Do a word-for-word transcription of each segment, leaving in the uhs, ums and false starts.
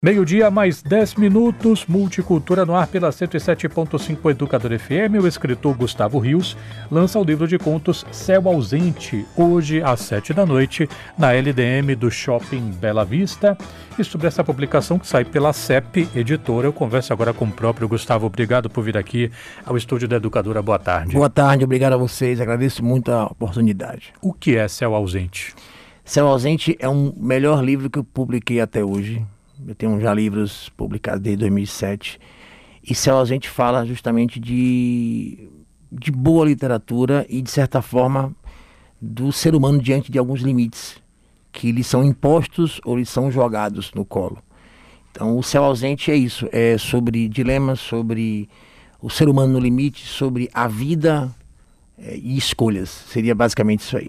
Meio-dia, mais dez minutos, Multicultura no ar pela cento e sete ponto cinco Educador F M. O escritor Gustavo Rios lança o livro de contos Céu Ausente, hoje às sete da noite, na L D M do Shopping Bela Vista. E sobre essa publicação que sai pela C E P Editora, eu converso agora com o próprio Gustavo. Obrigado por vir aqui ao estúdio da Educadora. Boa tarde. Boa tarde, obrigado a vocês, agradeço muito a oportunidade. O que é Céu Ausente? Céu Ausente é o melhor livro que eu publiquei até hoje. Eu tenho já livros publicados desde dois mil e sete. E Céu Ausente fala justamente de, de boa literatura e, de certa forma, do ser humano diante de alguns limites que lhe são impostos ou lhe são jogados no colo. Então, o Céu Ausente é isso, é sobre dilemas, sobre o ser humano no limite, sobre a vida é, e escolhas. Seria basicamente isso aí.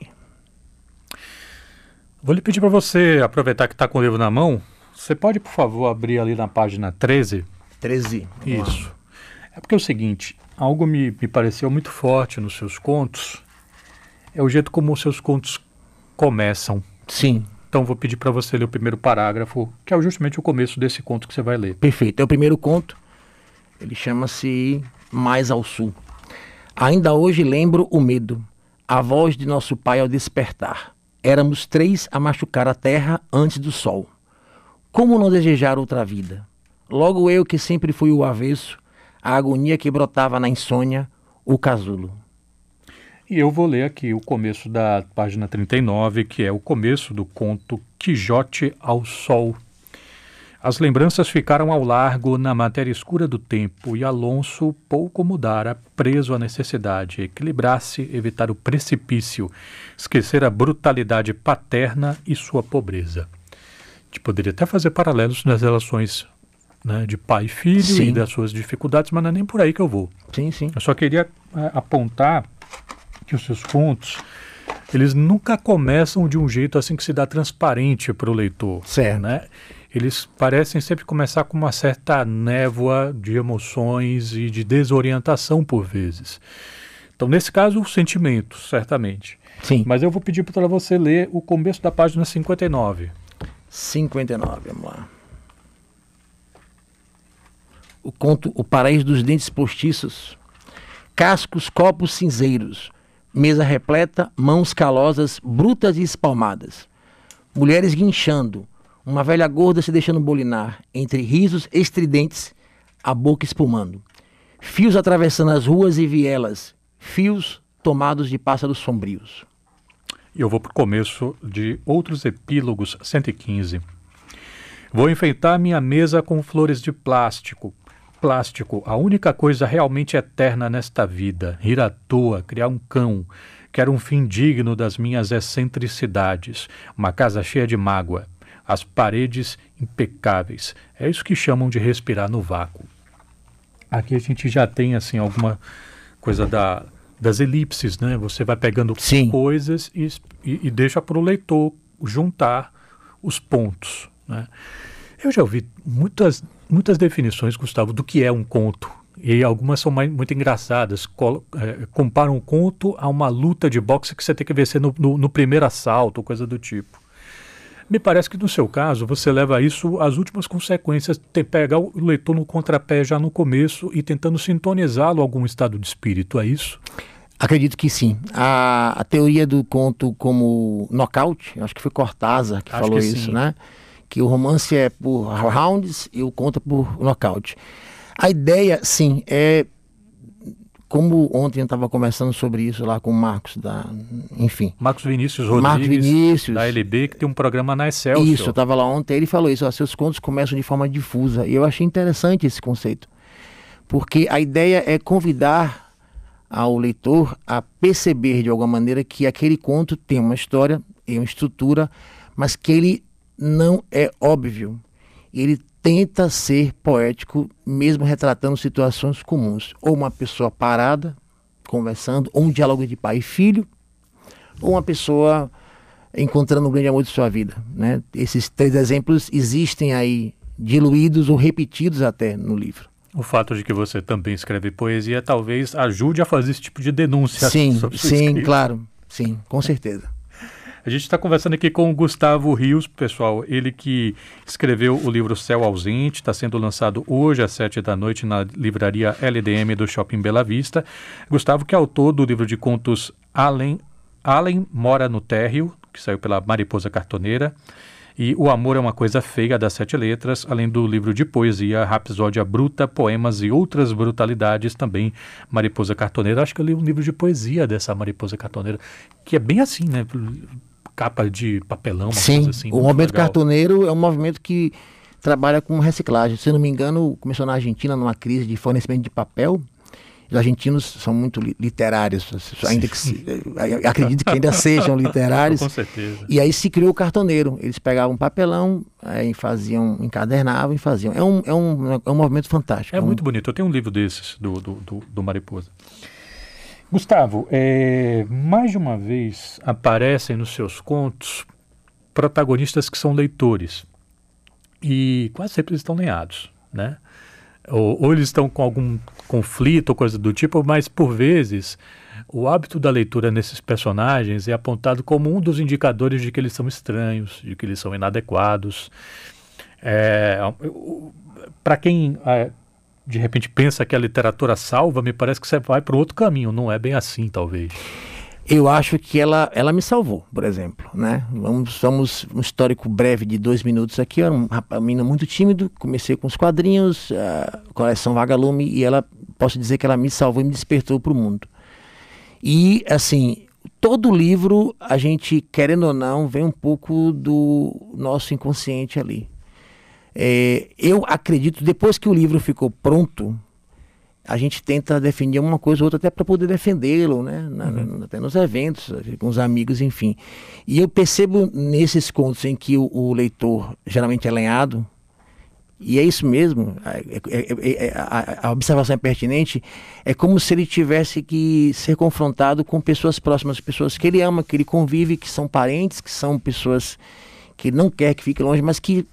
Vou lhe pedir para você, aproveitar que está com o livro na mão, você pode, por favor, abrir ali na página treze? treze. Isso. É porque é o seguinte, algo me, me pareceu muito forte nos seus contos, é o jeito como os seus contos começam. Sim. Então vou pedir para você ler o primeiro parágrafo, que é justamente o começo desse conto que você vai ler. Perfeito. É o primeiro conto. Ele chama-se Mais ao Sul. Ainda hoje lembro o medo, a voz de nosso pai ao despertar. Éramos três a machucar a terra antes do sol. Como não desejar outra vida? Logo eu que sempre fui o avesso, a agonia que brotava na insônia, o casulo. E eu vou ler aqui o começo da página trinta e nove, que é o começo do conto Quijote ao Sol. As lembranças ficaram ao largo na matéria escura do tempo, e Alonso pouco mudara, preso à necessidade, equilibrar-se, evitar o precipício, esquecer a brutalidade paterna e sua pobreza. A gente poderia até fazer paralelos nas relações, né, de pai e filho, sim, e das suas dificuldades, mas não é nem por aí que eu vou. Sim, sim. Eu só queria é, apontar que os seus contos, eles nunca começam de um jeito assim que se dá transparente para o leitor. Certo. Né? Eles parecem sempre começar com uma certa névoa de emoções e de desorientação por vezes. Então, nesse caso, o sentimento, certamente. Sim. Mas eu vou pedir para você ler o começo da página cinquenta e nove. cinquenta e nove, vamos lá. O conto O Paraíso dos Dentes Postiços. Cascos, copos cinzeiros, mesa repleta, mãos calosas, brutas e espalmadas. Mulheres guinchando, uma velha gorda se deixando bolinar, entre risos estridentes, a boca espumando. Fios atravessando as ruas e vielas, fios tomados de pássaros sombrios. E eu vou para o começo de Outros Epílogos cento e quinze. Vou enfeitar minha mesa com flores de plástico. Plástico, a única coisa realmente eterna nesta vida. Rir à toa, criar um cão. Quero um fim digno das minhas excentricidades. Uma casa cheia de mágoa. As paredes impecáveis. É isso que chamam de respirar no vácuo. Aqui a gente já tem assim alguma coisa da... das elipses, né? Você vai pegando Sim. coisas e, e, e deixa para o leitor juntar os pontos, né? Eu já ouvi muitas, muitas definições, Gustavo, do que é um conto. E algumas são mais, muito engraçadas. Col, é, comparam um conto a uma luta de boxe que você tem que vencer no, no, no primeiro assalto, coisa do tipo. Me parece que no seu caso você leva isso às últimas consequências, ter, pegar o leitor no contrapé já no começo e tentando sintonizá-lo a algum estado de espírito, é isso? Acredito que sim. A, a teoria do conto como knockout, acho que foi Cortázar que acho falou que isso, sim. né? Que o romance é por rounds e o conto é por knockout. A ideia, sim, é... Como ontem eu estava conversando sobre isso lá com o Marcos, da, enfim. Marcos Vinícius Rodrigues, Marcos Vinícius, da L B, que tem um programa na Excelsior. Isso, eu estava lá ontem, ele falou isso, ó, seus contos começam de forma difusa. E eu achei interessante esse conceito. Porque a ideia é convidar ao leitor a perceber de alguma maneira que aquele conto tem uma história e uma estrutura, mas que ele não é óbvio. Ele tenta ser poético, mesmo retratando situações comuns. Ou uma pessoa parada, conversando, ou um diálogo de pai e filho, ou uma pessoa encontrando o grande amor de sua vida, né? Esses três exemplos existem aí, diluídos ou repetidos até no livro. O fato de que você também escreve poesia talvez ajude a fazer esse tipo de denúncia. Sim, sobre sua sim, escrita. claro, sim, com certeza. A gente está conversando aqui com o Gustavo Rios, pessoal, ele que escreveu o livro Céu Ausente, está sendo lançado hoje às sete da noite na livraria L D M do Shopping Bela Vista. Gustavo, que é autor do livro de contos Allen, Allen Mora no Térreo, que saiu pela Mariposa Cartoneira, e O Amor é uma Coisa Feia, das Sete Letras, além do livro de poesia Rapsódia Bruta, Poemas e Outras Brutalidades, também Mariposa Cartoneira. Acho que eu li um livro de poesia dessa Mariposa Cartoneira, que é bem assim, né? Capa de papelão, uma Sim, coisa assim. o movimento legal. cartoneiro é um movimento que trabalha com reciclagem. Se eu não me engano, começou na Argentina numa crise de fornecimento de papel. Os argentinos são muito li literários, ainda que se, acredito que ainda sejam literários. Com certeza. E aí se criou o cartoneiro. Eles pegavam papelão, aí faziam, encadernavam e faziam. É um, é um, é um movimento fantástico. É um... muito bonito. Eu tenho um livro desses, do, do, do, do Mariposa. Gustavo, é, mais de uma vez aparecem nos seus contos protagonistas que são leitores. E quase sempre eles estão lenhados, né? Ou, ou eles estão com algum conflito ou coisa do tipo, mas por vezes o hábito da leitura nesses personagens é apontado como um dos indicadores de que eles são estranhos, de que eles são inadequados. É, para quem é, de repente pensa que a literatura salva, me parece que você vai para outro caminho, não é bem assim, talvez. Eu acho que ela, ela me salvou, por exemplo, né? Vamos, vamos um histórico breve de dois minutos aqui. Eu era um rapaz, menino muito tímido, comecei com os quadrinhos, a coleção Vagalume, e ela, posso dizer que ela me salvou e me despertou para o mundo. E, assim, todo livro, a gente, querendo ou não, vem um pouco do nosso inconsciente ali. É, eu acredito, depois que o livro ficou pronto, a gente tenta definir uma coisa ou outra até para poder defendê-lo, né? Na, uhum. Até nos eventos, com os amigos, enfim. E eu percebo nesses contos em que o, o leitor geralmente é lenhado, e é isso mesmo, a, a, a, a observação é pertinente, é como se ele tivesse que ser confrontado com pessoas próximas, pessoas que ele ama, que ele convive, que são parentes, que são pessoas que ele não quer que fique longe, mas que,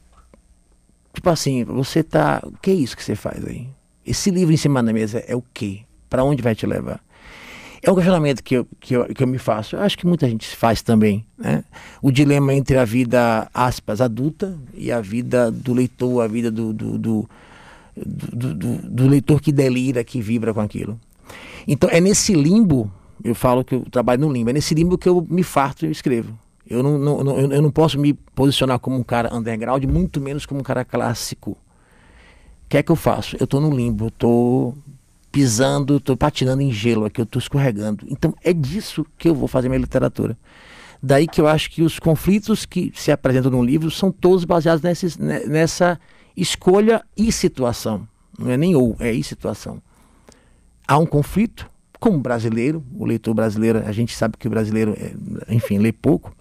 tipo assim, você tá... O que é isso que você faz aí? Esse livro em cima da mesa é o quê? Para onde vai te levar? É um questionamento que eu, que, eu, que eu me faço. Eu acho que muita gente faz também, né? O dilema entre a vida, aspas, adulta e a vida do leitor, a vida do, do, do, do, do, do leitor que delira, que vibra com aquilo. Então é nesse limbo, eu falo que eu trabalho no limbo, é nesse limbo que eu me farto e escrevo. Eu não, não, não, eu não posso me posicionar como um cara underground, muito menos como um cara clássico. O que é que eu faço? Eu estou no limbo, eu estou pisando, estou patinando em gelo aqui, eu estou escorregando. Então é disso que eu vou fazer minha literatura. Daí que eu acho que os conflitos que se apresentam no livro são todos baseados nesses, nessa escolha e situação. Não é nem ou, é e situação. Há um conflito, como brasileiro, o leitor brasileiro, a gente sabe que o brasileiro, é, enfim, lê pouco.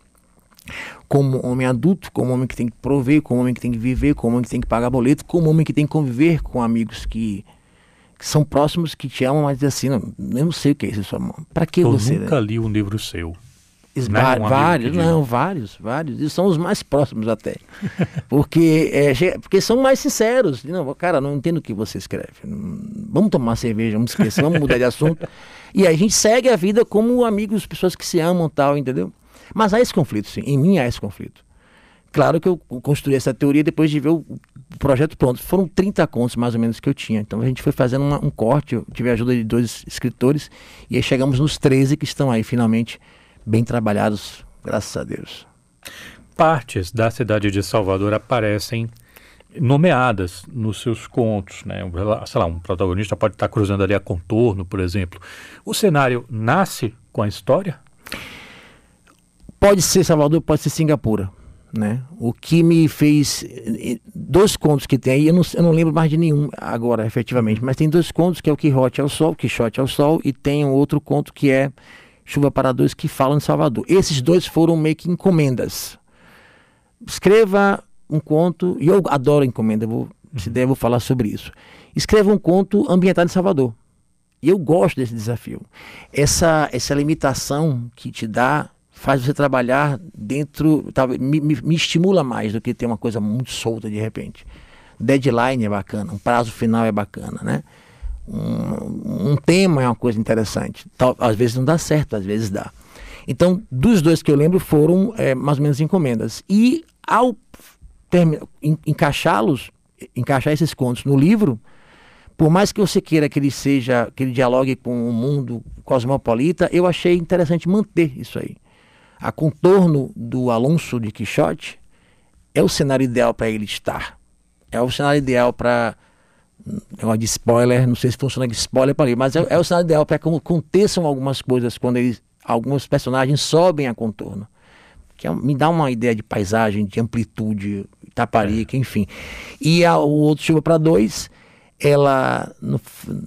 Como homem adulto, como homem que tem que prover, como homem que tem que viver, como homem que tem que pagar boleto, como homem que tem que conviver com amigos que, que são próximos, que te amam, mas dizem assim, não, eu não sei o que é isso, sua mão. Para que eu você... Eu nunca li um livro seu. Né? Um vários, não, vários, vários. E são os mais próximos até. Porque, é, porque são mais sinceros. Não, cara, não entendo o que você escreve. Vamos tomar uma cerveja, vamos esquecer, vamos mudar de assunto. E aí a gente segue a vida como amigos, pessoas que se amam e tal, entendeu? Mas há esse conflito, sim. Em mim há esse conflito. Claro que eu construí essa teoria depois de ver o projeto pronto. Foram trinta contos, mais ou menos, que eu tinha. Então a gente foi fazendo uma, um corte, eu tive a ajuda de dois escritores, e aí chegamos nos treze que estão aí, finalmente, bem trabalhados, graças a Deus. Partes da cidade de Salvador aparecem nomeadas nos seus contos, né? Sei lá, um protagonista pode estar cruzando ali a Contorno, por exemplo. O cenário nasce com a história? Pode ser Salvador, pode ser Singapura, né? O que me fez... Dois contos que tem aí, eu não, eu não lembro mais de nenhum agora, efetivamente, mas tem dois contos, que é o Quixote ao Sol, Quixote ao Sol, e tem um outro conto que é Chuva para Dois, que falam de Salvador. Esses dois foram meio que encomendas. Escreva um conto, e eu adoro encomenda, vou, se der, vou falar sobre isso. Escreva um conto ambientado em Salvador. E eu gosto desse desafio. Essa, essa limitação que te dá faz você trabalhar dentro, tá, me, me, me estimula mais do que ter uma coisa muito solta de repente. Deadline é bacana, um prazo final é bacana, né? Um, um tema é uma coisa interessante. Tal, às vezes não dá certo, às vezes dá. Então, dos dois que eu lembro foram é, mais ou menos encomendas. E ao en encaixá-los, encaixar esses contos no livro, por mais que você queira que ele seja, que ele dialogue com o mundo cosmopolita, eu achei interessante manter isso aí. A contorno do Alonso de Quixote é o cenário ideal para ele estar. É o cenário ideal para... Negócio de spoiler, não sei se funciona de spoiler para ele, mas é, é o cenário ideal para que aconteçam algumas coisas quando eles, alguns personagens sobem a contorno. Que é, me dá uma ideia de paisagem, de amplitude, Itaparica, é. enfim. E a, o outro Chuva para Dois, ela... No,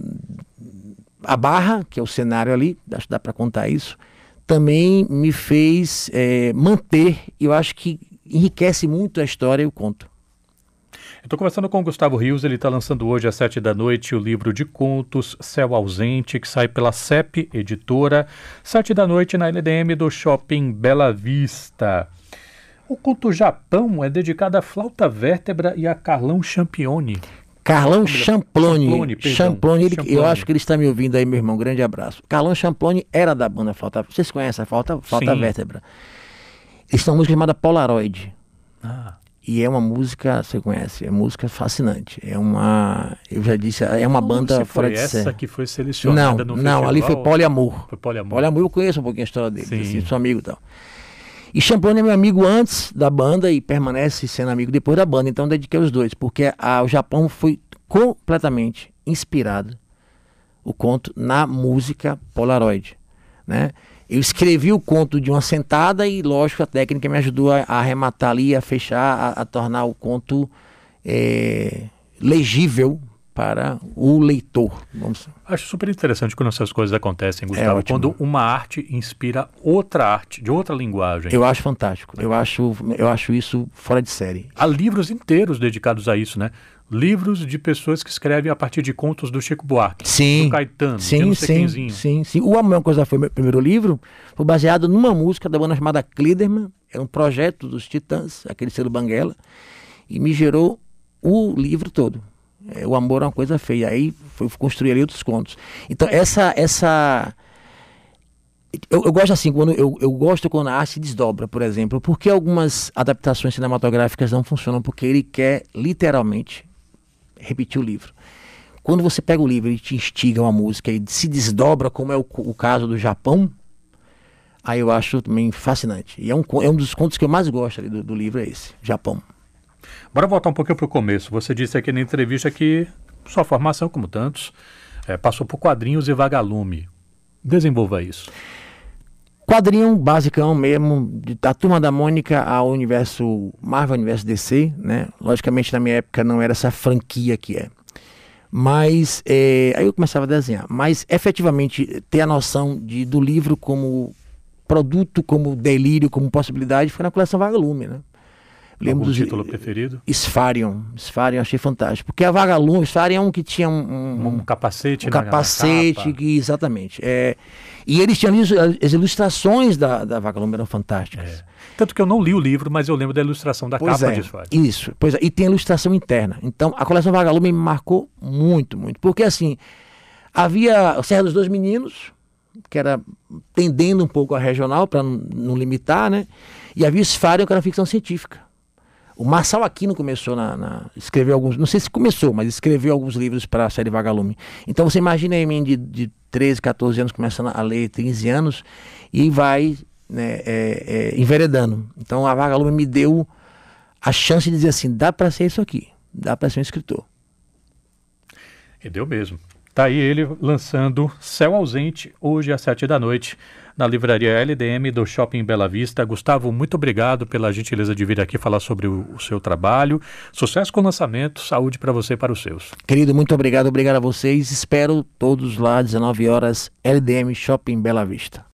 a Barra, que é o cenário ali, acho que dá para contar isso, também me fez é, manter, eu acho que enriquece muito a história e o conto. Estou conversando com o Gustavo Rios, ele está lançando hoje às sete da noite o livro de contos Céu Ausente, que sai pela C E P Editora, sete da noite na L D M do Shopping Bela Vista. O conto Japão é dedicado à Flauta Vértebra e a Carlão Champione. Carlão Champlone, Champlone, Champlone, ele, Champlone. Eu acho que ele está me ouvindo aí, meu irmão, grande abraço. Carlão Champlone era da banda Flauta, vocês conhecem a Flauta, Flauta Vértebra. Eles têm uma música chamada Polaroid. Ah. E é uma música, você conhece, é uma música fascinante. É uma, eu já disse, é uma Como banda se fora foi de série. essa que foi selecionada não, no Não, festival? ali foi Poliamor. Foi Poliamor. Poliamor eu conheço um pouquinho a história dele, Sim. assim, sou amigo e tal. E Champlone é meu amigo antes da banda e permanece sendo amigo depois da banda, então dediquei os dois, porque a, o Japão foi completamente inspirado, o conto, na música Polaroid, né? Eu escrevi o conto de uma sentada e, lógico, a técnica me ajudou a, a arrematar ali, a fechar, a, a tornar o conto é, legível para o leitor. Vamos... Acho super interessante quando essas coisas acontecem, Gustavo, É quando uma arte inspira outra arte, de outra linguagem. Eu acho fantástico, eu acho, eu acho isso fora de série. Há livros inteiros dedicados a isso, né? Livros de pessoas que escrevem a partir de contos do Chico Buarque, sim, do Caetano, sim, de não sei sim, quemzinho. sim, sim. O Amor Coisa Foi, meu primeiro livro, foi baseado numa música da banda chamada Kliderman, é um projeto dos Titãs, aquele selo Banguela, e me gerou o livro todo. É, o Amor é uma Coisa Feia. Aí foi construir ali outros contos. Então essa... essa eu, eu gosto assim, quando eu, eu gosto quando a arte se desdobra, por exemplo, porque algumas adaptações cinematográficas não funcionam, porque ele quer literalmente repetir o livro. Quando você pega o livro e te instiga uma música e se desdobra, como é o, o caso do Japão, aí eu acho também fascinante. E é um, é um dos contos que eu mais gosto ali do, do livro, é esse, Japão. Bora voltar um pouquinho para o começo. Você disse aqui na entrevista que sua formação, como tantos, é, passou por quadrinhos e vagalume. Desenvolva isso. Quadrinho basicão mesmo, de, da Turma da Mônica ao universo Marvel, universo D C, né? Logicamente na minha época não era essa franquia que é. Mas, é, aí eu começava a desenhar. Mas efetivamente ter a noção de, do livro como produto, como delírio, como possibilidade, foi na coleção Vagalume, né? Lembro do título preferido? Sfarion. Sfarion eu achei fantástico. Porque a Vagalume, Sfarion é um que tinha um... Um, um capacete um na, capacete, na que, exatamente. É, e eles tinham as ilustrações da, da Vagalume eram fantásticas. É. Tanto que eu não li o livro, mas eu lembro da ilustração da pois capa é, de Sfarion. Isso, pois é. E tem a ilustração interna. Então, a coleção Vagalume me marcou muito, muito. Porque, assim, havia a Serra dos Dois Meninos, que era tendendo um pouco a regional, para não, não limitar, né? E havia Sfarion, que era ficção científica. O Marçal Aquino começou na, na escreveu alguns, não sei se começou, mas escreveu alguns livros para a série Vagalume. Então você imagina aí mim de, de treze, quatorze anos começando a ler, quinze anos, e vai, né, é, é, enveredando. Então a Vagalume me deu a chance de dizer assim, dá para ser isso aqui, dá para ser um escritor. E deu mesmo. Tá aí ele lançando Céu Ausente, hoje às sete da noite, na livraria L D M do Shopping Bela Vista. Gustavo, muito obrigado pela gentileza de vir aqui falar sobre o, o seu trabalho. Sucesso com o lançamento, saúde para você e para os seus. Querido, muito obrigado, obrigado a vocês. Espero todos lá, dezenove horas, L D M Shopping Bela Vista.